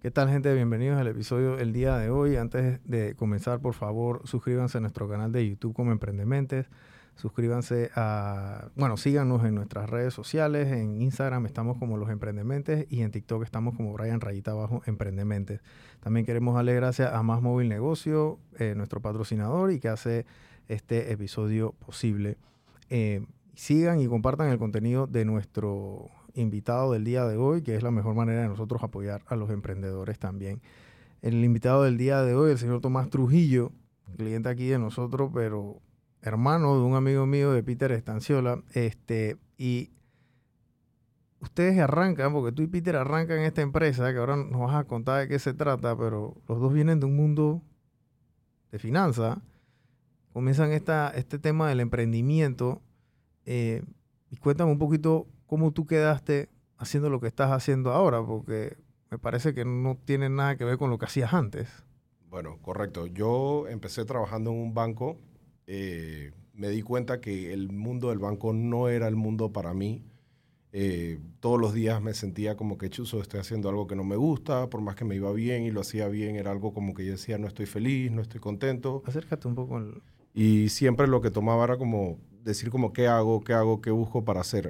¿Qué tal, gente? Bienvenidos al episodio del día de hoy. Antes de comenzar, por favor, suscríbanse a nuestro canal de YouTube como Emprendementes. Suscríbanse síganos en nuestras redes sociales. En Instagram estamos como Los Emprendementes y en TikTok estamos como Brian_Emprendementes. También queremos darle gracias a Más Móvil Negocio, nuestro patrocinador y que hace este episodio posible. Sigan y compartan el contenido de nuestro invitado del día de hoy, que es la mejor manera de nosotros apoyar a los emprendedores también. El invitado del día de hoy, el señor Tomás Trujillo, cliente aquí de nosotros, pero hermano de un amigo mío, de Peter Estanciola. Y ustedes arrancan, porque tú y Peter arrancan esta empresa, que ahora nos vas a contar de qué se trata, pero los dos vienen de un mundo de finanzas. Comienzan este tema del emprendimiento. Y cuéntame un poquito cómo tú quedaste haciendo lo que estás haciendo ahora, porque me parece que no tiene nada que ver con lo que hacías antes. Bueno, correcto. Yo empecé trabajando en un banco. Me di cuenta que el mundo del banco no era el mundo para mí. Todos los días me sentía como que, chuzo, estoy haciendo algo que no me gusta, por más que me iba bien y lo hacía bien, era algo como que yo decía, no estoy feliz, no estoy contento. Acércate un poco. Y siempre lo que tomaba era como decir como, ¿qué hago, qué busco para hacer?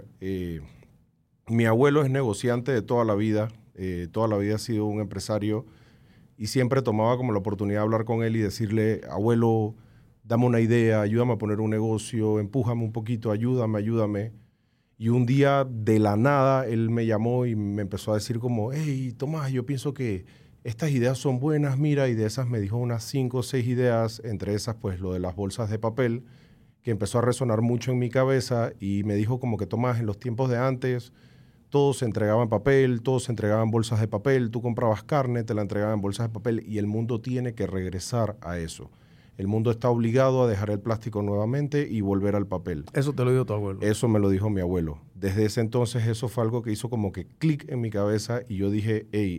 Mi abuelo es negociante de toda la vida ha sido un empresario y siempre tomaba como la oportunidad de hablar con él y decirle, abuelo, dame una idea, ayúdame a poner un negocio, empújame un poquito, ayúdame. Y un día de la nada él me llamó y me empezó a decir como, hey, Tomás, yo pienso que estas ideas son buenas, mira, y de esas me dijo unas 5 o 6 ideas, entre esas pues lo de las bolsas de papel, que empezó a resonar mucho en mi cabeza y me dijo como que Tomás, en los tiempos de antes, todo se entregaba en papel, todo se entregaba en bolsas de papel, tú comprabas carne, te la entregaban en bolsas de papel y el mundo tiene que regresar a eso. El mundo está obligado a dejar el plástico nuevamente y volver al papel. Eso te lo dijo tu abuelo. Eso me lo dijo mi abuelo. Desde ese entonces eso fue algo que hizo como que clic en mi cabeza y yo dije, hey,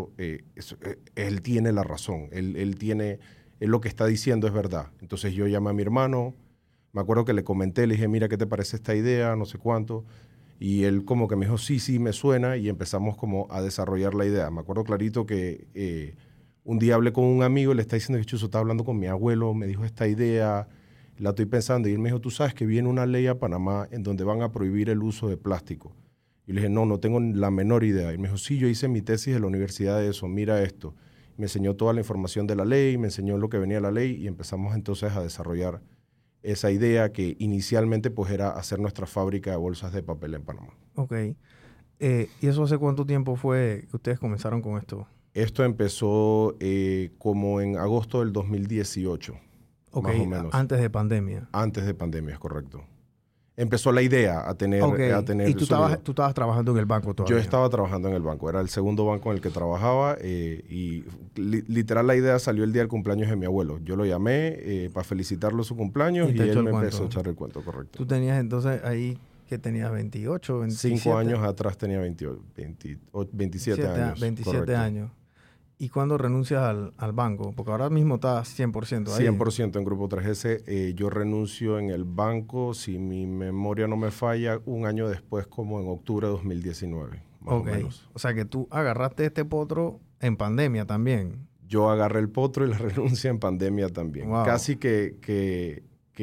él tiene la razón, él lo que está diciendo es verdad. Entonces yo llamé a mi hermano, me acuerdo que le comenté, le dije, mira, ¿qué te parece esta idea? No sé cuánto. Y él como que me dijo, sí, me suena, y empezamos como a desarrollar la idea. Me acuerdo clarito que un día hablé con un amigo y le está diciendo que Chuzo estaba hablando con mi abuelo, me dijo esta idea, la estoy pensando, y él me dijo, tú sabes que viene una ley a Panamá en donde van a prohibir el uso de plástico. Y le dije, no tengo la menor idea. Y me dijo, sí, yo hice mi tesis en la universidad de eso, mira esto. Me enseñó toda la información de la ley, me enseñó lo que venía la ley y empezamos entonces a desarrollar esa idea que inicialmente pues era hacer nuestra fábrica de bolsas de papel en Panamá. Ok. ¿Y eso hace cuánto tiempo fue que ustedes comenzaron con esto? Esto empezó como en agosto del 2018, Ok, más o menos. antes de pandemia. Antes de pandemia, es correcto. Empezó la idea a tener... Okay. A tener ¿Y tú estabas trabajando en el banco todavía? Yo estaba trabajando en el banco. Era el segundo banco en el que trabajaba y literal la idea salió el día del cumpleaños de mi abuelo. Yo lo llamé para felicitarlo su cumpleaños y él me empezó a echar el cuento, correcto. Tú tenías entonces ahí que tenías 28, 27. 5 años atrás tenía 27 años. 27 correcto. años. ¿Y cuándo renuncias al banco? Porque ahora mismo estás 100% ahí. 100% en Grupo 3S. Yo renuncio en el banco, si mi memoria no me falla, un año después, como en octubre de 2019, más o menos. O sea que tú agarraste este potro en pandemia también. Yo agarré el potro y la renuncia en pandemia también. Wow. Casi que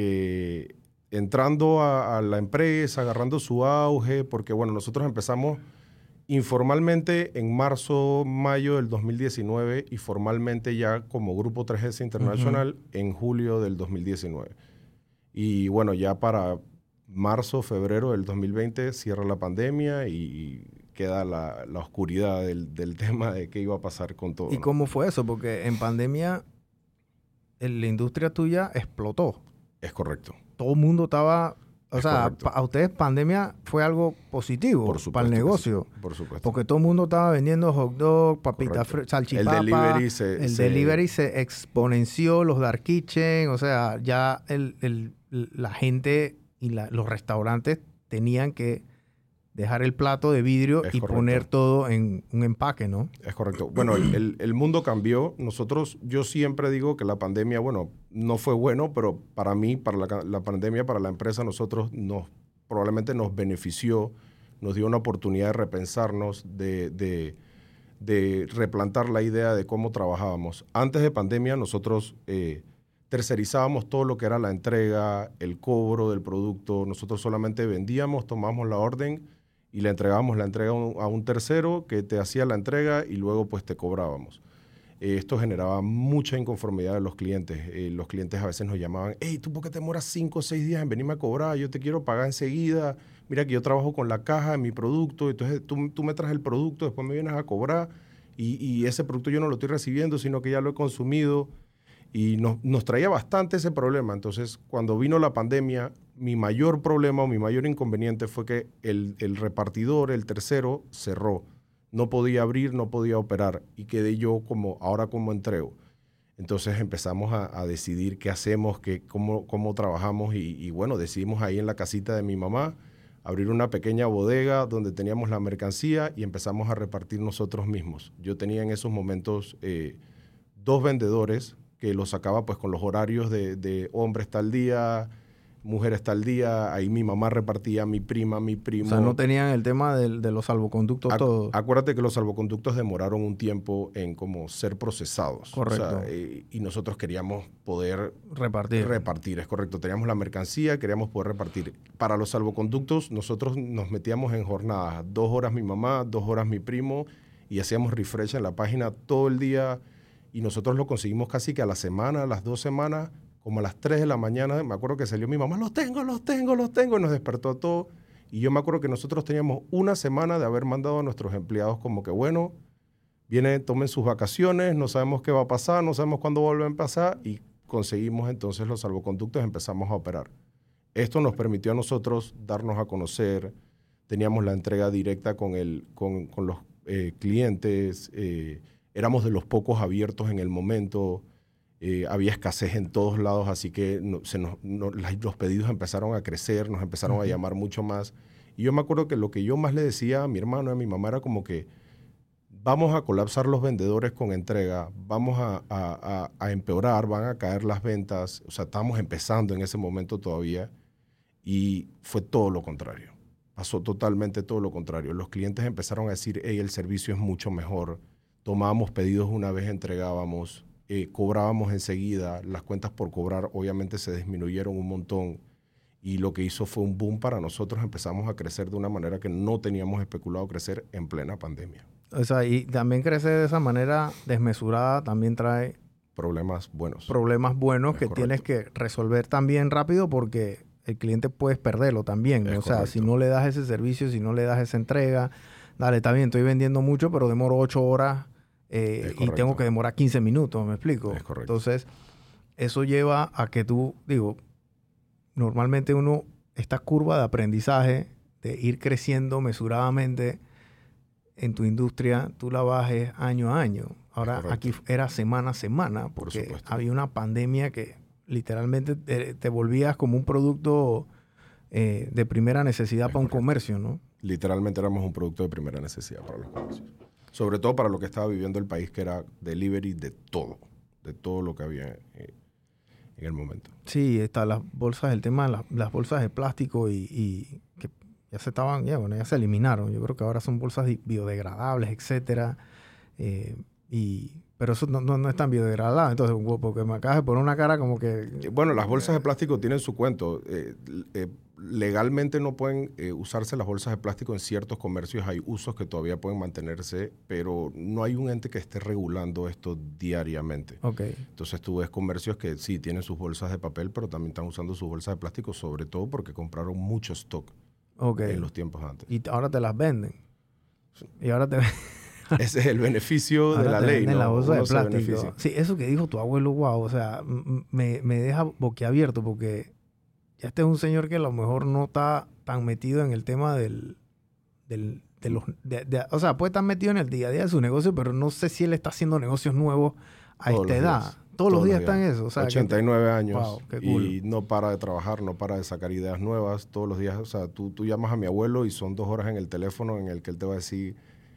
entrando a la empresa, agarrando su auge, porque bueno, nosotros empezamos informalmente en marzo, mayo del 2019 y formalmente ya como Grupo 3S Internacional en julio del 2019. Y bueno, ya para marzo, febrero del 2020 cierra la pandemia y queda la oscuridad del tema de qué iba a pasar con todo. ¿Y cómo fue eso? Porque en pandemia la industria tuya explotó. Es correcto. Todo el mundo estaba... O sea, a ustedes pandemia fue algo positivo para el negocio. Sí, por supuesto. Porque todo el mundo estaba vendiendo hot dog, papitas, salchipapa. El delivery se exponenció, los dark kitchen. O sea, ya la gente y los restaurantes tenían que dejar el plato de vidrio y poner todo en un empaque, ¿no? Es correcto. Bueno, el mundo cambió. Yo siempre digo que la pandemia, bueno, no fue bueno, pero para mí, para la pandemia, para la empresa, probablemente nos benefició, nos dio una oportunidad de repensarnos, de de replantar la idea de cómo trabajábamos. Antes de pandemia nosotros tercerizábamos todo lo que era la entrega, el cobro del producto. Nosotros solamente vendíamos, tomábamos la orden y le entregábamos la entrega a un tercero que te hacía la entrega y luego pues te cobrábamos. Esto generaba mucha inconformidad de los clientes. Los clientes a veces nos llamaban, hey, ¿tú por qué te demoras 5 o 6 días en venirme a cobrar? Yo te quiero pagar enseguida. Mira que yo trabajo con la caja de mi producto, entonces tú me traes el producto, después me vienes a cobrar y ese producto yo no lo estoy recibiendo, sino que ya lo he consumido. Y nos traía bastante ese problema. Entonces, cuando vino la pandemia, mi mayor problema o mi mayor inconveniente fue que el repartidor, el tercero, cerró. No podía abrir, no podía operar y quedé yo ahora como entrego. Entonces empezamos a decidir qué hacemos, cómo trabajamos y bueno, decidimos ahí en la casita de mi mamá abrir una pequeña bodega donde teníamos la mercancía y empezamos a repartir nosotros mismos. Yo tenía en esos momentos 2 vendedores que los sacaba pues con los horarios de hombres tal día, mujeres tal día. Ahí mi mamá repartía, mi prima, mi primo. O sea, no tenían el tema de los salvoconductos todos. Acuérdate que los salvoconductos demoraron un tiempo en como ser procesados. Correcto. O sea, y nosotros queríamos poder repartir. Es correcto. Teníamos la mercancía, queríamos poder repartir. Para los salvoconductos nosotros nos metíamos en jornadas. 2 horas mi mamá, 2 horas mi primo y hacíamos refresh en la página todo el día. Y nosotros lo conseguimos casi que a la semana, a las 2 semanas, como a las 3 de la mañana. Me acuerdo que salió mi mamá, los tengo, y nos despertó a todos. Y yo me acuerdo que nosotros teníamos una semana de haber mandado a nuestros empleados como que, bueno, vienen, tomen sus vacaciones, no sabemos qué va a pasar, no sabemos cuándo vuelven a pasar. Y conseguimos entonces los salvoconductos, empezamos a operar. Esto nos permitió a nosotros darnos a conocer. Teníamos la entrega directa con los clientes. Éramos de los pocos abiertos en el momento. Había escasez en todos lados, así que los pedidos empezaron a crecer, nos empezaron a llamar mucho más. Y yo me acuerdo que lo que yo más le decía a mi hermano y a mi mamá era como que vamos a colapsar los vendedores con entrega, vamos a empeorar, van a caer las ventas. O sea, estábamos empezando en ese momento todavía y fue todo lo contrario. Pasó totalmente todo lo contrario. Los clientes empezaron a decir, hey, el servicio es mucho mejor. Tomábamos pedidos una vez, entregábamos, cobrábamos enseguida. Las cuentas por cobrar obviamente se disminuyeron un montón y lo que hizo fue un boom para nosotros. Empezamos a crecer de una manera que no teníamos especulado crecer en plena pandemia. O sea, y también crecer de esa manera desmesurada también trae problemas buenos. Problemas buenos que tienes que resolver también rápido porque el cliente puedes perderlo también. O sea, si no le das ese servicio, si no le das esa entrega, dale, está bien, estoy vendiendo mucho, pero demoro 8 horas y tengo que demorar 15 minutos, ¿me explico? Es correcto. Entonces, eso lleva a que normalmente esta curva de aprendizaje, de ir creciendo mesuradamente en tu industria, tú la bajes año a año. Ahora aquí era semana a semana, porque había una pandemia que literalmente te volvías como un producto de primera necesidad para un comercio, ¿no? Literalmente éramos un producto de primera necesidad para los comercios. Sobre todo para lo que estaba viviendo el país, que era delivery de todo lo que había en el momento. Sí, está las bolsas, el tema de las bolsas de plástico y que ya se eliminaron. Yo creo que ahora son bolsas biodegradables, etcétera. Pero eso no es tan biodegradable. Entonces, porque me acabas de poner una cara como que... Bueno, las bolsas de plástico tienen su cuento. Legalmente no pueden usarse las bolsas de plástico en ciertos comercios. Hay usos que todavía pueden mantenerse, pero no hay un ente que esté regulando esto diariamente. Okay. Entonces tú ves comercios que sí tienen sus bolsas de papel, pero también están usando sus bolsas de plástico, sobre todo porque compraron mucho stock en los tiempos antes. Y ahora te las venden. Y ahora te... Ese es el beneficio de la ley, ¿no? La bolsa de plástico. Sí, eso que dijo tu abuelo, wow, o sea, me deja boquiabierto porque ya este es un señor que a lo mejor no está tan metido en el tema o sea, puede estar metido en el día a día de su negocio, pero no sé si él está haciendo negocios nuevos a esta edad. Todos los días está en eso. O sea, 89 años. Wow, qué cool. Y no para de trabajar, no para de sacar ideas nuevas. Todos los días, o sea, tú llamas a mi abuelo y son 2 horas en el teléfono en el que él te va a decir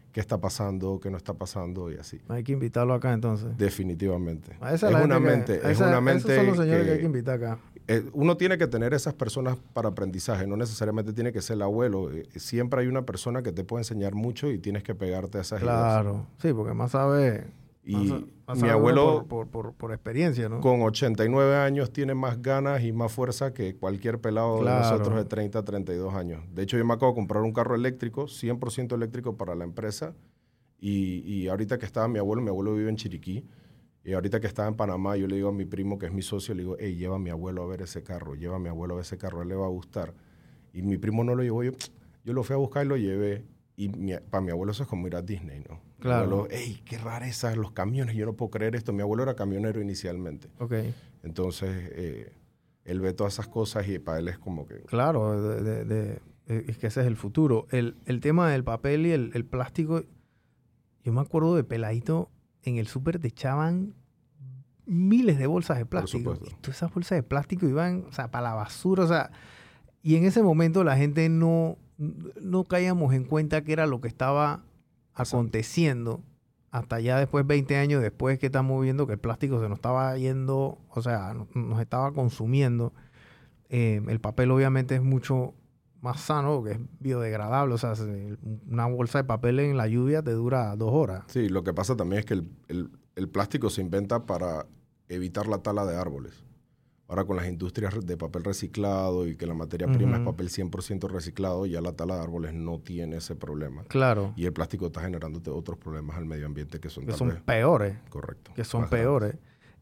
qué está pasando, qué no está pasando y así. Hay que invitarlo acá entonces. Definitivamente. Esa es una mente. Esos son los señores que hay que invitar acá. Uno tiene que tener esas personas para aprendizaje, no necesariamente tiene que ser el abuelo. Siempre hay una persona que te puede enseñar mucho y tienes que pegarte a esas ideas. Claro, sí, porque más sabe... Y mi abuelo, por experiencia, ¿no? Con 89 años, tiene más ganas y más fuerza que cualquier pelado de nosotros de 30 a 32 años. De hecho, yo me acabo de comprar un carro eléctrico, 100% eléctrico para la empresa. Y ahorita que estaba mi abuelo vive en Chiriquí. Y ahorita que estaba en Panamá, yo le digo a mi primo, que es mi socio, le digo, hey, lleva a mi abuelo a ver ese carro, a él le va a gustar. Y mi primo no lo llevó, yo lo fui a buscar y lo llevé. Y para mi abuelo eso es como ir a Disney, ¿no? Claro. Mi abuelo, hey, qué rareza, los camiones, yo no puedo creer esto. Mi abuelo era camionero inicialmente. Ok. Entonces, él ve todas esas cosas y para él es como que... Claro, es que ese es el futuro. El tema del papel y el plástico, yo me acuerdo de peladito, en el súper te echaban miles de bolsas de plástico. Por supuesto. Y todas esas bolsas de plástico iban, o sea, para la basura, o sea, y en ese momento la gente no caíamos en cuenta que era lo que estaba aconteciendo hasta ya después, 20 años después, que estamos viendo que el plástico se nos estaba yendo, o sea, nos estaba consumiendo. El papel obviamente es mucho más sano porque es biodegradable, o sea, una bolsa de papel en la lluvia te dura 2 horas. Sí, lo que pasa también es que el plástico se inventa para evitar la tala de árboles. Ahora con las industrias de papel reciclado y que la materia prima es papel 100% reciclado, ya la tala de árboles no tiene ese problema. Claro. Y el plástico está generándote otros problemas al medio ambiente que son peores. Correcto. Que son peores.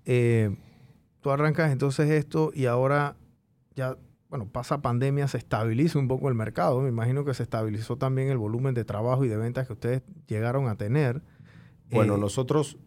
Tú arrancas entonces esto y ahora ya, bueno, pasa pandemia, se estabiliza un poco el mercado. Me imagino que se estabilizó también el volumen de trabajo y de ventas que ustedes llegaron a tener. Bueno, nosotros...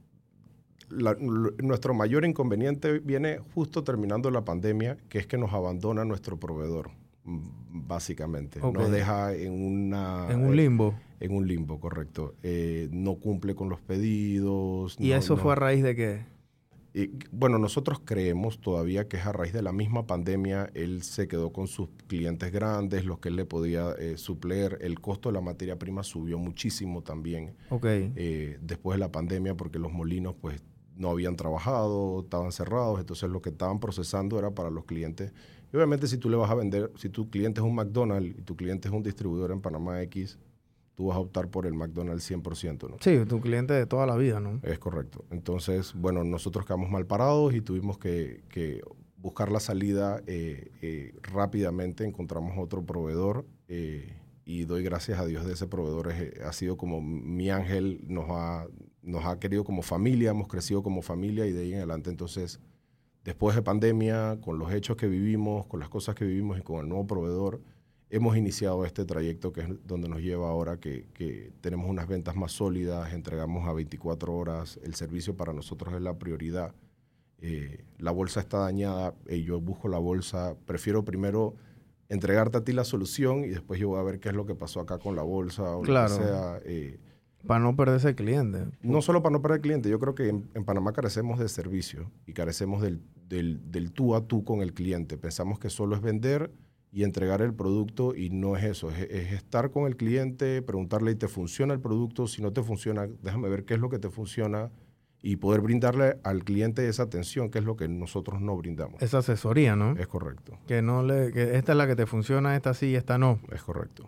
nuestro mayor inconveniente viene justo terminando la pandemia, que es que nos abandona nuestro proveedor, básicamente. Okay. Nos deja en un limbo. En un limbo, correcto. No cumple con los pedidos. ¿Y eso fue a raíz de qué? Bueno, nosotros creemos todavía que es a raíz de la misma pandemia. Él se quedó con sus clientes grandes, los que él le podía suplir. El costo de la materia prima subió muchísimo también. Okay. Después de la pandemia, porque los molinos pues no habían trabajado, estaban cerrados, entonces lo que estaban procesando era para los clientes. Y obviamente si tú le vas a vender, si tu cliente es un McDonald's y tu cliente es un distribuidor en Panamá X, tú vas a optar por el McDonald's 100%, ¿no? Sí, tu cliente de toda la vida, ¿no? Es correcto. Entonces, bueno, nosotros quedamos mal parados y tuvimos que buscar la salida rápidamente. Encontramos otro proveedor y doy gracias a Dios de ese proveedor. Ha sido como mi ángel, nos ha querido como familia, hemos crecido como familia y de ahí en adelante. Entonces, después de pandemia, con los hechos que vivimos, con las cosas que vivimos y con el nuevo proveedor, hemos iniciado este trayecto que es donde nos lleva ahora, que tenemos unas ventas más sólidas, entregamos a 24 horas, el servicio para nosotros es la prioridad. La bolsa está dañada, yo busco la bolsa, prefiero primero entregarte a ti la solución y después yo voy a ver qué es lo que pasó acá con la bolsa o claro. lo que sea. Para no perder ese cliente. No solo para no perder el cliente, yo creo que en Panamá carecemos de servicio y carecemos del tú a tú con el cliente. Pensamos que solo es vender y entregar el producto y no es eso, es estar con el cliente, preguntarle, ¿te funciona el producto? Si no te funciona, déjame ver qué es lo que te funciona y poder brindarle al cliente esa atención, que es lo que nosotros no brindamos. Esa asesoría, ¿no? Es correcto. Que esta es la que te funciona, esta sí, esta no. Es correcto.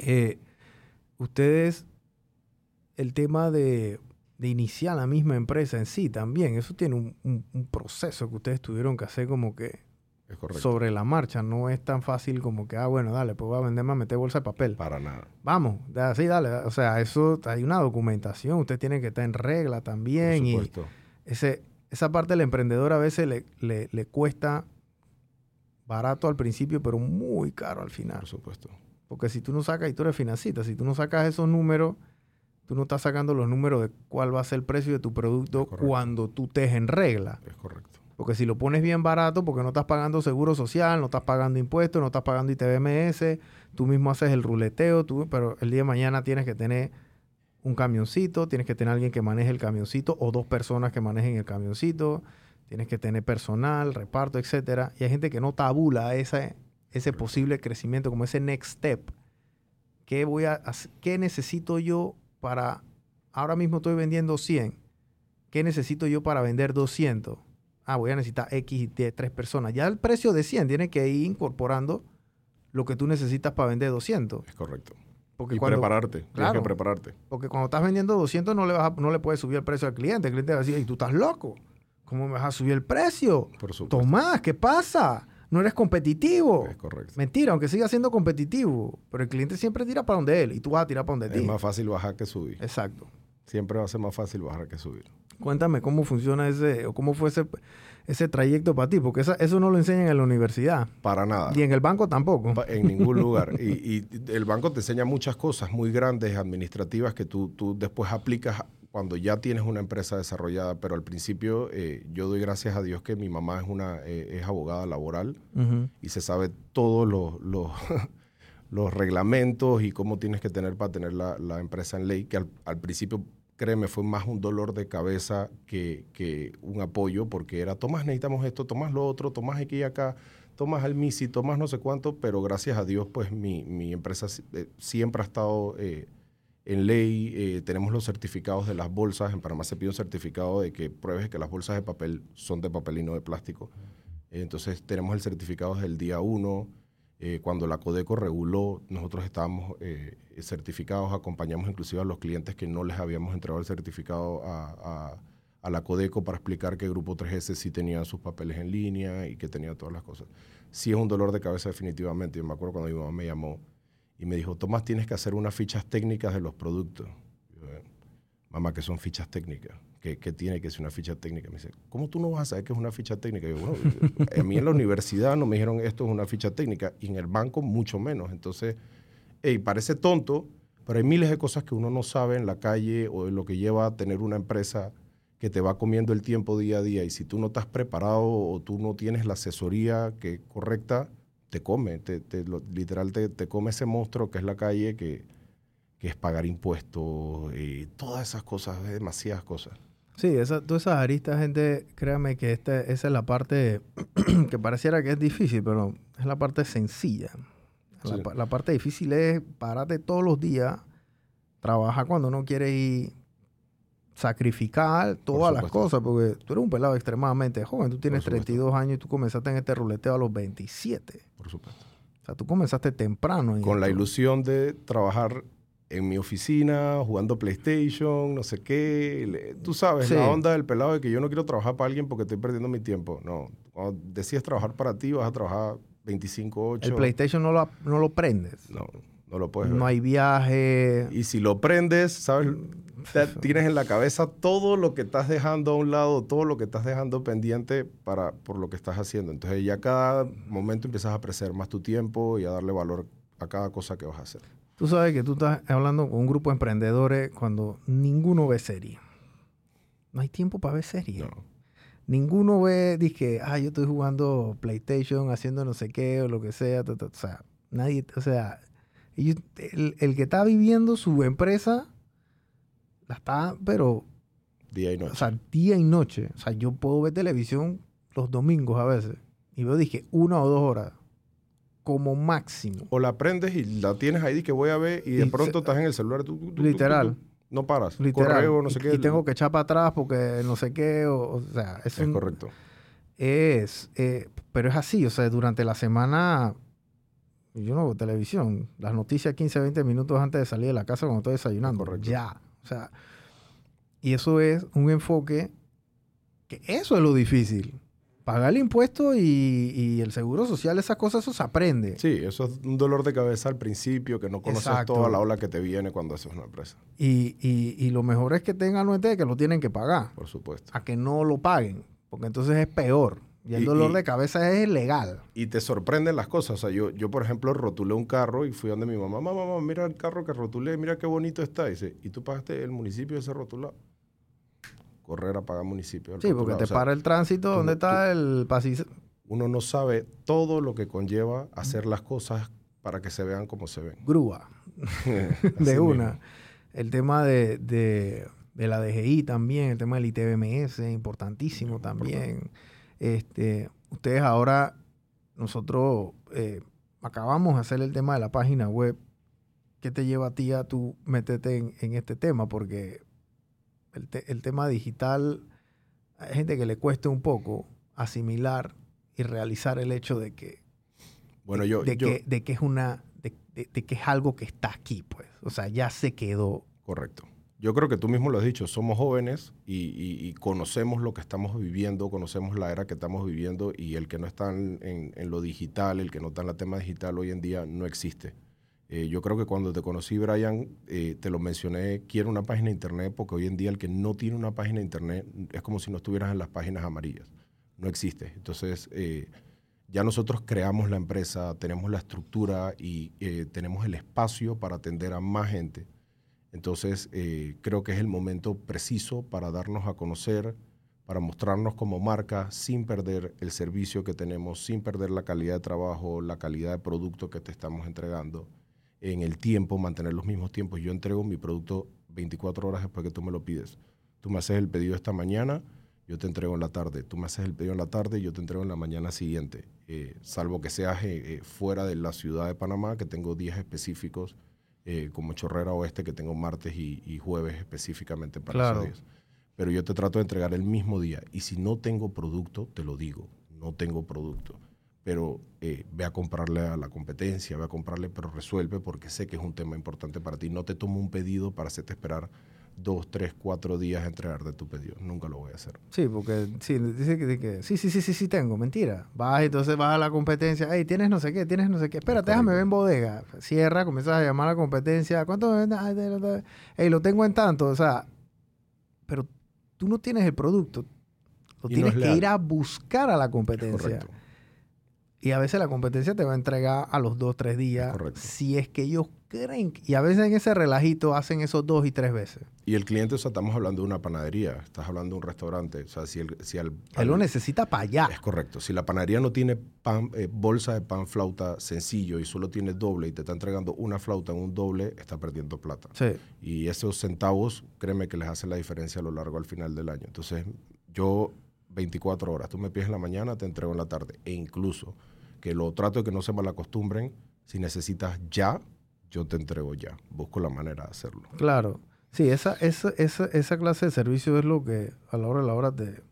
Ustedes, el tema de iniciar la misma empresa en sí también, eso tiene un proceso que ustedes tuvieron que hacer como que Es correcto. Sobre la marcha. No es tan fácil como que, bueno, dale, pues voy a vender más, meter bolsa de papel. Para nada. Vamos, así dale. O sea, eso hay una documentación. Usted tiene que estar en regla también. Por supuesto. Y esa parte del emprendedor a veces le cuesta barato al principio, pero muy caro al final. Por supuesto. Porque si tú no sacas, y tú eres financista, si tú no sacas esos números, tú no estás sacando los números de cuál va a ser el precio de tu producto cuando tú estés en regla. Es correcto. Porque si lo pones bien barato, porque no estás pagando seguro social, no estás pagando impuestos, no estás pagando ITBMS, tú mismo haces el ruleteo, pero el día de mañana tienes que tener un camioncito, tienes que tener alguien que maneje el camioncito o 2 personas que manejen el camioncito, tienes que tener personal, reparto, etcétera. Y hay gente que no tabula ese posible crecimiento, como ese next step. ¿Qué necesito yo ahora mismo estoy vendiendo 100. ¿Qué necesito yo para vender 200? Voy a necesitar X de 3 personas. Ya el precio de 100 tiene que ir incorporando lo que tú necesitas para vender 200. Es correcto. Porque y cuando, prepararte. claro, Tienes que prepararte. Porque cuando estás vendiendo 200 no le puedes subir el precio al cliente. El cliente va a decir, tú estás loco. ¿Cómo me vas a subir el precio? Por supuesto. Tomás, ¿qué pasa? No eres competitivo. Es correcto. Mentira, aunque siga siendo competitivo. Pero el cliente siempre tira para donde él y tú vas a tirar para donde ti. Es más fácil bajar que subir. Exacto. Siempre va a ser más fácil bajar que subir. Cuéntame cómo funciona o cómo fue ese trayecto para ti, porque eso no lo enseñan en la universidad. Para nada. Y en el banco tampoco. En ningún lugar. Y el banco te enseña muchas cosas muy grandes, administrativas, que tú después aplicas cuando ya tienes una empresa desarrollada. Pero al principio yo doy gracias a Dios que mi mamá es abogada laboral y se sabe todos los reglamentos y cómo tienes que tener para tener la empresa en ley, que al principio, créeme, fue más un dolor de cabeza que un apoyo, porque era, Tomás, necesitamos esto, Tomás lo otro, Tomás aquí y acá, Tomás al MISI, Tomás no sé cuánto, pero gracias a Dios, pues mi empresa siempre ha estado en ley. Tenemos los certificados de las bolsas. En Panamá se pide un certificado de que pruebes que las bolsas de papel son de papel y no de plástico. Entonces tenemos el certificado desde el día 1. Cuando la Codeco reguló, nosotros estábamos certificados, acompañamos inclusive a los clientes que no les habíamos entregado el certificado a la Codeco para explicar que Grupo 3S sí tenía sus papeles en línea y que tenía todas las cosas. Sí es un dolor de cabeza definitivamente. Yo me acuerdo cuando mi mamá me llamó y me dijo, Tomás, tienes que hacer unas fichas técnicas de los productos. Yo, mamá, ¿qué son fichas técnicas? ¿Qué tiene que ser una ficha técnica? Me dice, ¿cómo tú no vas a saber qué es una ficha técnica? Yo, bueno, a mí en la universidad no me dijeron esto es una ficha técnica y en el banco mucho menos. Entonces, parece tonto, pero hay miles de cosas que uno no sabe en la calle o en lo que lleva a tener una empresa que te va comiendo el tiempo día a día. Y si tú no estás preparado o tú no tienes la asesoría correcta, te come, literal te come ese monstruo que es la calle, que es pagar impuestos y todas esas cosas, demasiadas cosas. Sí, todas esas aristas, gente, créame que esa es la parte que pareciera que es difícil, pero es la parte sencilla. Sí. La parte difícil es pararte todos los días, trabajar cuando no quieres ir, sacrificar todas las cosas, porque tú eres un pelado extremadamente joven, tú tienes 32 años y tú comenzaste en este ruleteo a los 27. Por supuesto. O sea, tú comenzaste temprano. Con la ilusión de trabajar en mi oficina, jugando PlayStation, no sé qué. Tú sabes, sí, la onda del pelado de que yo no quiero trabajar para alguien porque estoy perdiendo mi tiempo. No, cuando decides trabajar para ti, vas a trabajar 25/8. El PlayStation no lo prendes. No lo puedes ver. No hay viaje. Y si lo prendes, ¿sabes? Tienes en la cabeza todo lo que estás dejando a un lado, todo lo que estás dejando pendiente por lo que estás haciendo. Entonces ya cada momento empiezas a apreciar más tu tiempo y a darle valor a cada cosa que vas a hacer. Tú sabes que tú estás hablando con un grupo de emprendedores cuando ninguno ve serie. No hay tiempo para ver serie. No. Ninguno ve, dice, yo estoy jugando PlayStation, haciendo no sé qué o lo que sea. O sea, nadie, o sea, el que está viviendo su empresa, la está, pero... Día y noche. O sea, día y noche. O sea, yo puedo ver televisión los domingos a veces. Y veo, dije, 1 o 2 horas. Como máximo. O la prendes y la tienes ahí que voy a ver y de pronto estás en el celular. Literal. No paras. Literal. Correo, no sé qué. Y tengo que echar para atrás porque no sé qué. O sea, es correcto. Pero es así. O sea, durante la semana yo no veo televisión. Las noticias 15, 20 minutos antes de salir de la casa cuando estoy desayunando. Correcto. Ya. O sea, y eso es un enfoque que eso es lo difícil. Pagar el impuesto y el seguro social, esas cosas, eso se aprende. Sí, eso es un dolor de cabeza al principio, que no conoces Exacto. toda la ola que te viene cuando haces una empresa. Y lo mejor es que tengan anuente que lo tienen que pagar. Por supuesto. A que no lo paguen, porque entonces es peor. Y el dolor de cabeza es legal. Y te sorprenden las cosas. O sea, yo por ejemplo, rotulé un carro y fui donde mi mamá. Mamá, mira el carro que rotulé, mira qué bonito está. Y dice, ¿y tú pagaste el municipio de ese rotulado? Correr a pagar municipio. Sí, porque te para el tránsito. ¿Dónde está el pasillo? Uno no sabe todo lo que conlleva hacer las cosas para que se vean como se ven. Grúa. De una. Mismo. El tema de la DGI también, el tema del ITBMS, importantísimo también. Ustedes ahora, nosotros acabamos de hacer el tema de la página web ¿qué te lleva a ti a tú meterte en este tema? Porque el tema digital, hay gente que le cuesta un poco asimilar y realizar el hecho de que, Bueno, de que es algo que está aquí, pues. O sea, ya se quedó. Correcto. Yo creo que tú mismo lo has dicho, somos jóvenes y conocemos lo que estamos viviendo, conocemos la era que estamos viviendo, y el que no está en lo digital, el que no está en el tema digital hoy en día no existe. Yo creo que cuando te conocí, Brian, te lo mencioné, quiero una página de internet, porque hoy en día el que no tiene una página de internet es como si no estuvieras en las páginas amarillas. No existe. Entonces, ya nosotros creamos la empresa, tenemos la estructura y tenemos el espacio para atender a más gente. Entonces, creo que es el momento preciso para darnos a conocer, para mostrarnos como marca sin perder el servicio que tenemos, sin perder la calidad de trabajo, la calidad de producto que te estamos entregando. En el tiempo, mantener los mismos tiempos. Yo entrego mi producto 24 horas después que tú me lo pides. Tú me haces el pedido esta mañana, yo te entrego en la tarde. Tú me haces el pedido en la tarde, yo te entrego en la mañana siguiente. Salvo que seas fuera de la ciudad de Panamá, que tengo días específicos, como Chorrera Oeste, que tengo martes y jueves específicamente para esos días. Pero yo te trato de entregar el mismo día. Y si no tengo producto, te lo digo, no tengo producto. Pero ve a comprarle a la competencia, ve a comprarle, pero resuelve, porque sé que es un tema importante para ti. No te tomo un pedido para hacerte esperar 2, 3, 4 días a entregarte tu pedido. Nunca lo voy a hacer. Sí, porque sí, dice que sí tengo. Mentira. Entonces vas a la competencia. Hey, tienes no sé qué. Espérate, déjame ver en bodega. Cierra, comienzas a llamar a la competencia. ¿Cuánto me vendes? Hey, lo tengo en tanto. O sea, pero tú no tienes el producto. Lo tienes que ir a buscar a la competencia. Correcto. Y a veces la competencia te va a entregar a los 2, 3 días. Si es que ellos creen. Y a veces en ese relajito hacen esos 2 y 3 veces. Y el cliente, o sea, estamos hablando de una panadería, estás hablando de un restaurante. O sea, él lo necesita para allá. Es correcto. Si la panadería no tiene bolsa de pan flauta sencillo y solo tiene doble y te está entregando una flauta en un doble, está perdiendo plata. Sí. Y esos centavos, créeme que les hace la diferencia a lo largo al final del año. Entonces, yo 24 horas, tú me pides en la mañana, te entrego en la tarde. E incluso, que lo trato de que no se malacostumbren, si necesitas ya, yo te entrego ya. Busco la manera de hacerlo. Claro. Sí, esa clase de servicio es lo que a la hora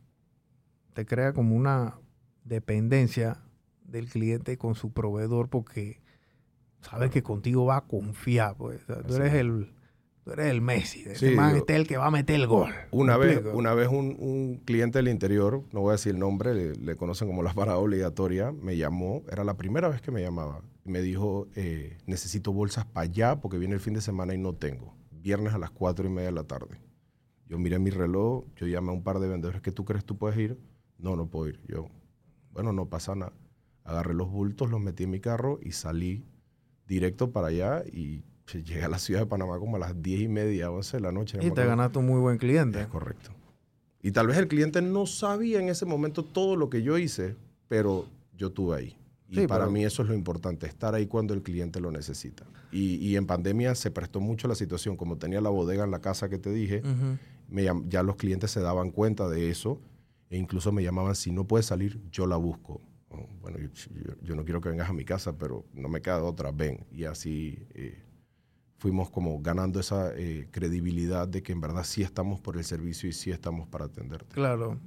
te crea como una dependencia del cliente con su proveedor, porque sabes que contigo va a confiar. Pues. O sea, tú eres el Messi. Sí, man, este es el que va a meter el gol. Una vez un cliente del interior, no voy a decir el nombre, le conocen como la parada obligatoria, me llamó, era la primera vez que me llamaba. Me dijo, necesito bolsas para allá porque viene el fin de semana y no tengo. Viernes a las 4:30 de la tarde. Yo miré mi reloj, yo llamé a un par de vendedores. ¿Qué tú crees tú puedes ir? No puedo ir. Yo, bueno, no pasa nada. Agarré los bultos, los metí en mi carro y salí directo para allá y llegué a la ciudad de Panamá como a las 10:30, 11 de la noche. Y te ganaste un muy buen cliente. Es correcto. Y tal vez el cliente no sabía en ese momento todo lo que yo hice, pero yo estuve ahí. Y sí, para mí eso es lo importante, estar ahí cuando el cliente lo necesita. Y en pandemia se prestó mucho la situación. Como tenía la bodega en la casa que te dije, ya los clientes se daban cuenta de eso e incluso me llamaban, si no puedes salir, yo la busco. Bueno, yo no quiero que vengas a mi casa, pero no me queda otra, ven. Y así fuimos como ganando esa credibilidad de que en verdad sí estamos por el servicio y sí estamos para atenderte. Claro.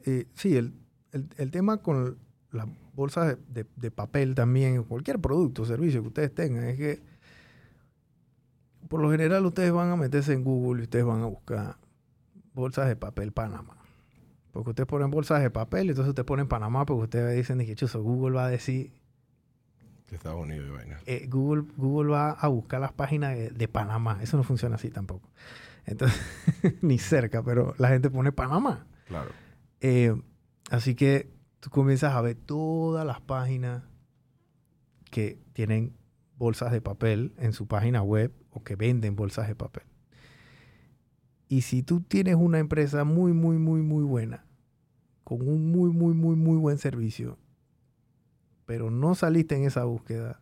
El tema con las bolsas de papel también, cualquier producto o servicio que ustedes tengan, es que por lo general ustedes van a meterse en Google y ustedes van a buscar bolsas de papel Panamá. Porque ustedes ponen bolsas de papel y entonces ustedes ponen Panamá porque ustedes dicen que chuzo, Google va a decir... Estados Unidos y vaina. Google va a buscar las páginas de Panamá. Eso no funciona así tampoco. Entonces, ni cerca, pero la gente pone Panamá. Claro. Así que tú comienzas a ver todas las páginas que tienen bolsas de papel en su página web o que venden bolsas de papel. Y si tú tienes una empresa muy, muy, muy, muy buena, con un muy, muy, muy, muy buen servicio, pero no saliste en esa búsqueda,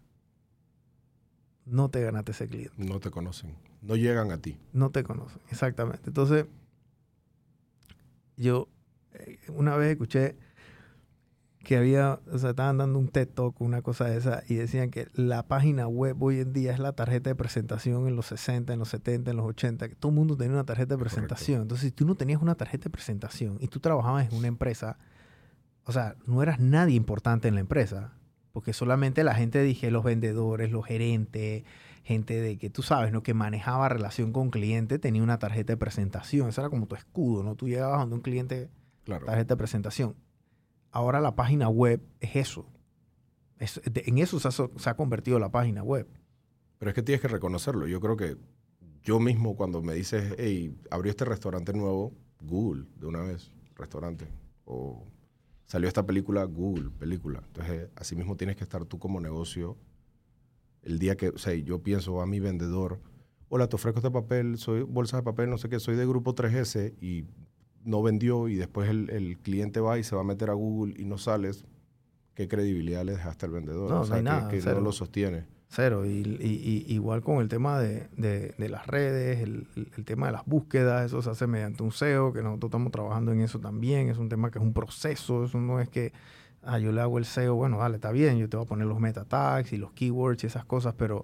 no te ganaste ese cliente. No te conocen. No llegan a ti. No te conocen, exactamente. Entonces, yo una vez escuché que había, o sea, estaban dando un TED Talk, una cosa de esa, y decían que la página web hoy en día es la tarjeta de presentación en los 60, en los 70, en los 80, que todo el mundo tenía una tarjeta de presentación. Correcto. Entonces, si tú no tenías una tarjeta de presentación y tú trabajabas en una empresa, o sea, no eras nadie importante en la empresa, porque solamente la gente, dije, los vendedores, los gerentes, gente de que tú sabes, ¿no? Que manejaba relación con cliente, tenía una tarjeta de presentación. Esa era como tu escudo, ¿no? Tú llegabas donde un cliente, Claro. tarjeta de presentación. Ahora la página web es eso. En eso se ha convertido la página web. Pero es que tienes que reconocerlo. Yo creo que yo mismo cuando me dices, hey, abrió este restaurante nuevo, Google, de una vez, restaurante. O salió esta película, Google, película. Entonces, así mismo tienes que estar tú como negocio. El día que, o sea, yo pienso a mi vendedor, hola, te ofrezco este papel, soy bolsa de papel, no sé qué, soy de grupo 3S y no vendió y después el cliente va y se va a meter a Google y no sales, ¿qué credibilidad le dejaste al vendedor? No, O no hay sea, nada, que cero. no lo sostiene. Cero. Y igual con el tema de las redes, el tema de las búsquedas, eso se hace mediante un SEO, que nosotros estamos trabajando en eso también. Es un tema que es un proceso, eso no es que yo le hago el SEO, bueno, dale, está bien, yo te voy a poner los meta tags y los keywords y esas cosas, pero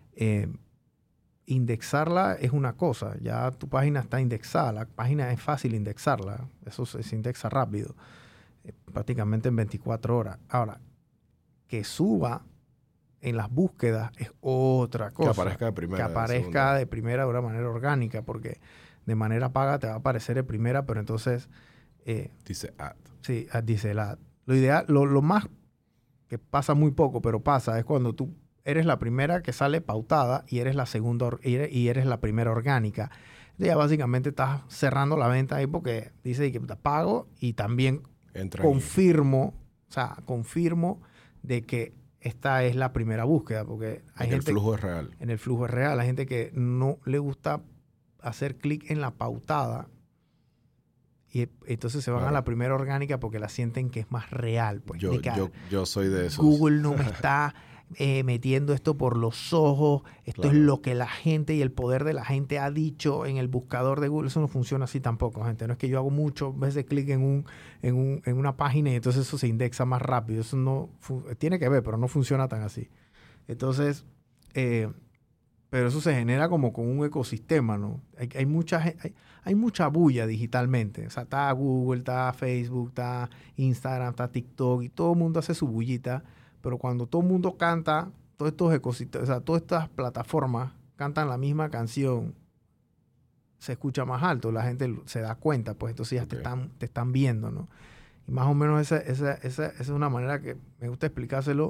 indexarla es una cosa. Ya tu página está indexada, la página es fácil indexarla, eso se indexa rápido, prácticamente en 24 horas. Ahora, que suba en las búsquedas es otra cosa. Que aparezca de primera. Que aparezca de primera de una manera orgánica, porque de manera paga te va a aparecer de primera, pero entonces... dice ad. Sí, dice el ad. Lo ideal, lo más que pasa muy poco, pero pasa, es cuando tú eres la primera que sale pautada y eres la segunda y eres la primera orgánica. Entonces ya básicamente estás cerrando la venta ahí porque dice que te pago y también confirmo de que esta es la primera búsqueda, porque hay gente... En el flujo es real. En el flujo es real. Hay gente que no le gusta hacer clic en la pautada y entonces se van a la primera orgánica porque la sienten que es más real. Pues, yo soy de esos. Google no me está metiendo esto por los ojos. Esto es lo que la gente y el poder de la gente ha dicho en el buscador de Google. Eso no funciona así tampoco, gente. No es que yo hago muchas veces clic en una página y entonces eso se indexa más rápido. Eso no tiene que ver, pero no funciona tan así. Entonces, pero eso se genera como con un ecosistema, ¿no? Hay mucha bulla digitalmente. O sea, está Google, está Facebook, está Instagram, está TikTok y todo el mundo hace su bullita. Pero cuando todo el mundo canta, todos estos ecosistemas, o sea, todas estas plataformas cantan la misma canción, se escucha más alto, la gente se da cuenta, pues entonces ya te están viendo, ¿no? Y más o menos esa es una manera que me gusta explicárselo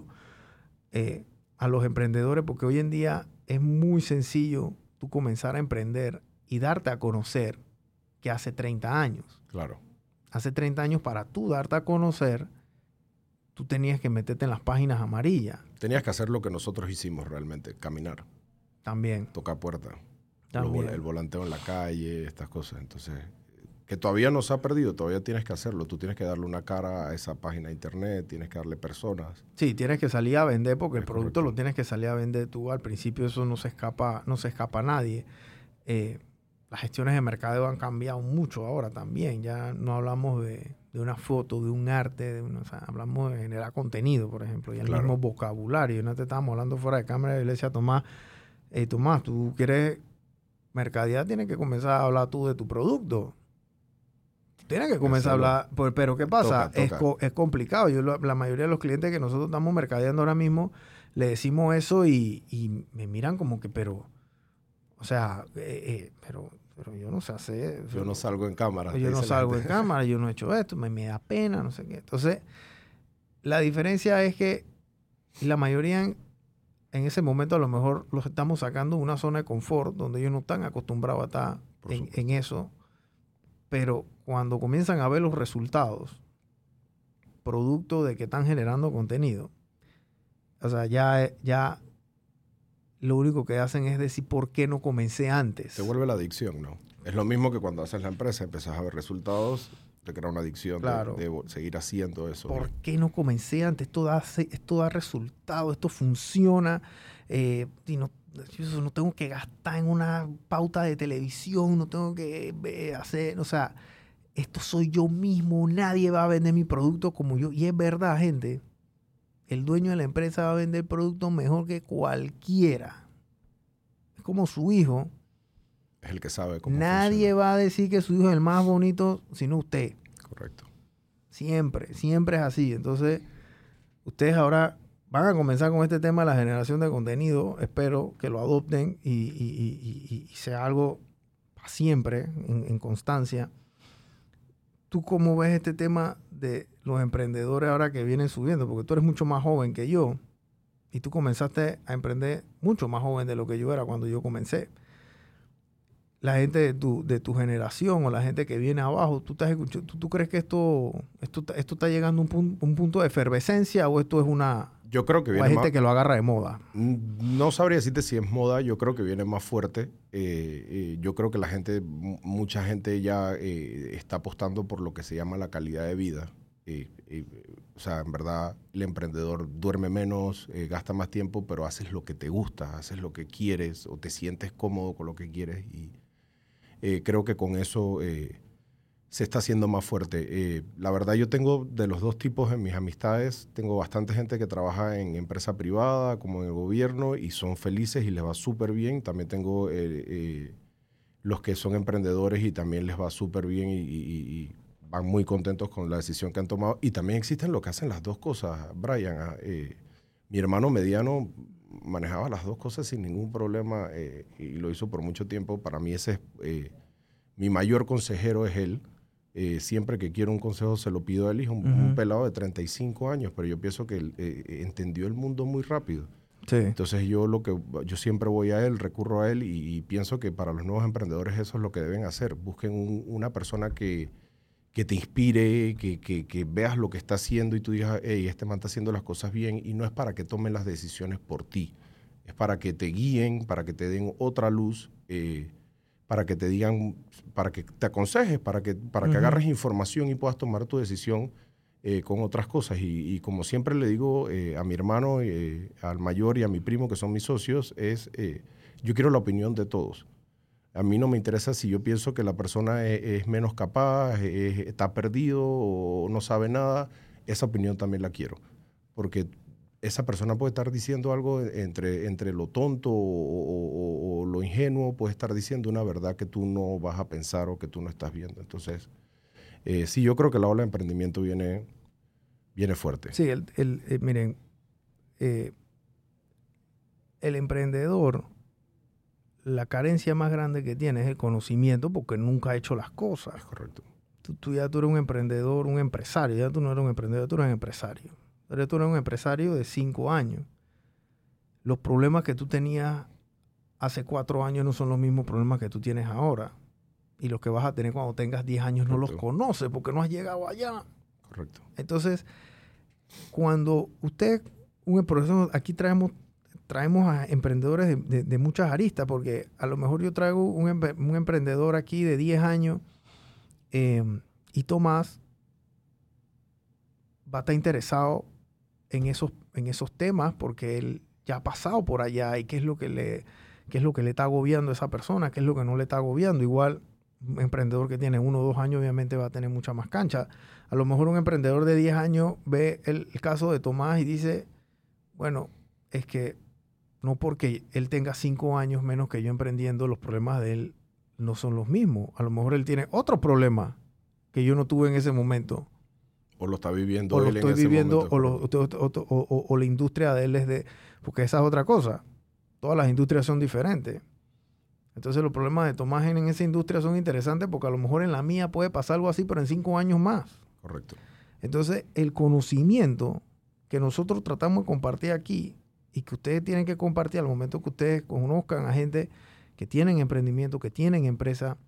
a los emprendedores, porque hoy en día es muy sencillo tú comenzar a emprender y darte a conocer que hace 30 años. Claro. Hace 30 años para tú darte a conocer, tú tenías que meterte en las páginas amarillas. Tenías que hacer lo que nosotros hicimos realmente, caminar. También. Tocar puerta. También. El volanteo en la calle, estas cosas. Entonces, que todavía no se ha perdido, todavía tienes que hacerlo. Tú tienes que darle una cara a esa página de internet, tienes que darle personas. Sí, tienes que salir a vender porque el producto correcto. lo tienes que salir a vender tú. Al principio eso no se escapa a nadie. Las gestiones de mercadeo han cambiado mucho ahora también. Ya no hablamos de una foto, de un arte, o sea, hablamos de generar contenido, por ejemplo, y el mismo vocabulario. No te estábamos hablando fuera de cámara y le decía a Tomás, Tomás, tú quieres mercadear, tienes que comenzar a hablar tú de tu producto. Tienes que comenzar a hablar, pero ¿qué pasa? Toca. Es complicado. La mayoría de los clientes que nosotros estamos mercadeando ahora mismo, le decimos eso y me miran como que, pero, o sea, pero yo no sé hacer. Yo no salgo en cámara. Yo no salgo en cámara, yo no he hecho esto, me da pena, no sé qué. Entonces, la diferencia es que la mayoría en ese momento a lo mejor los estamos sacando de una zona de confort donde ellos no están acostumbrados a estar en eso. Pero cuando comienzan a ver los resultados, producto de que están generando contenido, o sea, ya lo único que hacen es decir, ¿por qué no comencé antes? Se vuelve la adicción, ¿no? Es lo mismo que cuando haces la empresa, empezás a ver resultados, te crea una adicción de seguir haciendo eso. ¿Por qué no comencé antes? Esto da resultado, esto funciona. Y yo no tengo que gastar en una pauta de televisión, no tengo que hacer, o sea, esto soy yo mismo, nadie va a vender mi producto como yo. Y es verdad, gente, el dueño de la empresa va a vender productos mejor que cualquiera. Es como su hijo. Es el que sabe cómo Nadie funciona. va a decir que su hijo es el más bonito, sino usted. Correcto. Siempre, siempre es así. Entonces, ustedes ahora van a comenzar con este tema de la generación de contenido. Espero que lo adopten y sea algo para siempre, en constancia. ¿Tú cómo ves este tema de los emprendedores ahora que vienen subiendo? Porque tú eres mucho más joven que yo y tú comenzaste a emprender mucho más joven de lo que yo era cuando yo comencé. La gente de tu generación o la gente que viene abajo, ¿tú crees que esto está llegando a un punto de efervescencia o esto es Yo creo que o hay viene gente que lo agarra de moda? No sabría decirte si es moda, yo creo que viene más fuerte. Yo creo que mucha gente ya está apostando por lo que se llama la calidad de vida. O sea, en verdad, el emprendedor duerme menos, gasta más tiempo, pero haces lo que te gusta, haces lo que quieres o te sientes cómodo con lo que quieres. Y creo que con eso se está haciendo más fuerte. La verdad, yo tengo de los dos tipos en mis amistades. Tengo bastante gente que trabaja en empresa privada como en el gobierno y son felices y les va súper bien. También tengo los que son emprendedores y también les va súper bien y van muy contentos con la decisión que han tomado. Y también existen los que hacen las dos cosas, Brian. Mi hermano mediano manejaba las dos cosas sin ningún problema y lo hizo por mucho tiempo. Para mí ese es mi mayor consejero es él. Siempre que quiero un consejo se lo pido a él. Es un pelado de 35 años, pero yo pienso que él entendió el mundo muy rápido. Sí. Entonces yo siempre voy a él, recurro a él y pienso que para los nuevos emprendedores eso es lo que deben hacer. Busquen una persona que te inspire, que veas lo que está haciendo y tú digas, hey, este man está haciendo las cosas bien, y no es para que tomen las decisiones por ti. Es para que te guíen, para que te den otra luz, para que te digan, para que te aconsejes, para que agarres información y puedas tomar tu decisión con otras cosas. Y como siempre le digo a mi hermano, al mayor y a mi primo, que son mis socios, yo quiero la opinión de todos. A mí no me interesa si yo pienso que la persona es menos capaz, está perdido o no sabe nada. Esa opinión también la quiero. Porque esa persona puede estar diciendo algo entre lo tonto o lo ingenuo, puede estar diciendo una verdad que tú no vas a pensar o que tú no estás viendo. Entonces, sí, yo creo que la ola de emprendimiento viene fuerte. Sí, miren, el emprendedor, la carencia más grande que tiene es el conocimiento porque nunca ha hecho las cosas. Es correcto. Tú eres un emprendedor, un empresario. Ya tú no eres un emprendedor, tú eres un empresario. Pero tú eres un empresario de 5 años. Los problemas que tú tenías hace 4 años no son los mismos problemas que tú tienes ahora. Y los que vas a tener cuando tengas 10 años no los conoces porque no has llegado allá. Correcto. Entonces, cuando usted, por eso aquí traemos a emprendedores de muchas aristas, porque a lo mejor yo traigo un emprendedor aquí de 10 años y Tomás va a estar interesado en esos temas porque él ya ha pasado por allá y qué es lo que le está agobiando a esa persona, qué es lo que no le está agobiando. Igual un emprendedor que tiene 1 o 2 años obviamente va a tener mucha más cancha. A lo mejor un emprendedor de 10 años ve el caso de Tomás y dice, bueno, es que no porque él tenga 5 años menos que yo emprendiendo, los problemas de él no son los mismos. A lo mejor él tiene otro problema que yo no tuve en ese momento. O lo está viviendo o lo él estoy en ese viviendo, momento. o la industria de él es de... Porque esa es otra cosa. Todas las industrias son diferentes. Entonces los problemas de Tomás en esa industria son interesantes porque a lo mejor en la mía puede pasar algo así, pero en 5 años más. Correcto. Entonces el conocimiento que nosotros tratamos de compartir aquí y que ustedes tienen que compartir al momento que ustedes conozcan a gente que tienen emprendimiento, que tienen empresa,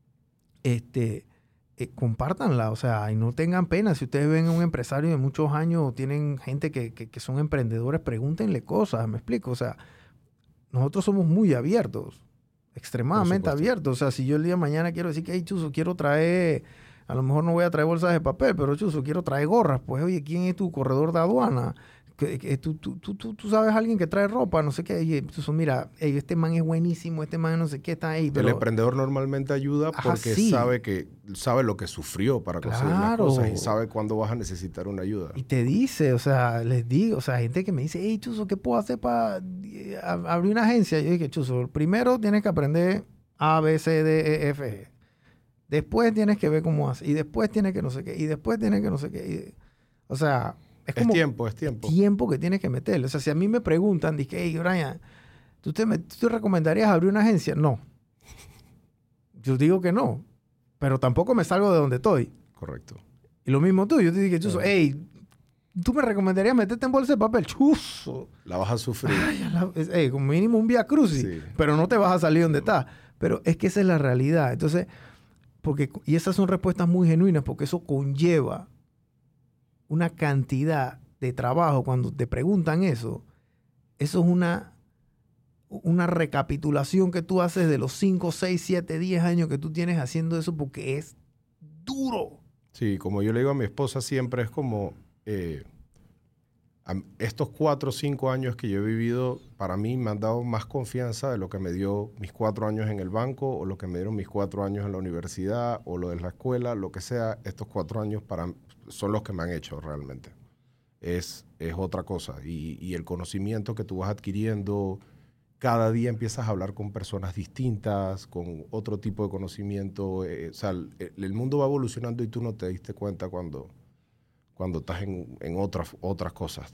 compártanla, o sea, y no tengan pena. Si ustedes ven a un empresario de muchos años o tienen gente que son emprendedores, pregúntenle cosas, ¿me explico? O sea, nosotros somos muy abiertos, extremadamente abiertos. O sea, si yo el día de mañana quiero decir que, hey, Chuzo, quiero traer, a lo mejor no voy a traer bolsas de papel, pero Chuzo, quiero traer gorras, pues, oye, ¿quién es tu corredor de aduana? Tú sabes alguien que trae ropa, no sé qué. Y entonces, mira, ey, este man es buenísimo, este man no sé qué está ahí. Pero, el emprendedor normalmente ayuda porque sí. sabe lo que sufrió para conseguir las cosas y sabe cuándo vas a necesitar una ayuda. Y te dice, o sea, les digo, o sea, gente que me dice, hey, Chuzo, ¿qué puedo hacer para abrir una agencia? Yo dije, Chuzo, primero tienes que aprender A, B, C, D, E, F, G. Después tienes que ver cómo hace. Y después tienes que no sé qué. Y después tienes que no sé qué. O sea, es como tiempo. tiempo que tienes que meterle. O sea, si a mí me preguntan, dije, hey, Brian, ¿tú te recomendarías abrir una agencia? No. Yo digo que no. Pero tampoco me salgo de donde estoy. Correcto. Y lo mismo tú. Yo te dije, Chuzo, hey, ¿tú me recomendarías meterte en bolsa de papel? Chuzo. La vas a sufrir. Ay, como mínimo un vía crucis. Sí. Pero no te vas a salir donde estás. Pero es que esa es la realidad. Entonces, y esas son respuestas muy genuinas porque eso conlleva una cantidad de trabajo. Cuando te preguntan eso es una recapitulación que tú haces de los 5, 6, 7, 10 años que tú tienes haciendo eso porque es duro. Sí, como yo le digo a mi esposa siempre es como estos 4 o 5 años que yo he vivido para mí me han dado más confianza de lo que me dio mis 4 años en el banco o lo que me dieron mis 4 años en la universidad o lo de la escuela, lo que sea. Estos 4 años son los que me han hecho realmente. Es otra cosa y el conocimiento que tú vas adquiriendo, cada día empiezas a hablar con personas distintas, con otro tipo de conocimiento. O sea, el mundo va evolucionando y tú no te diste cuenta cuando estás en otras cosas.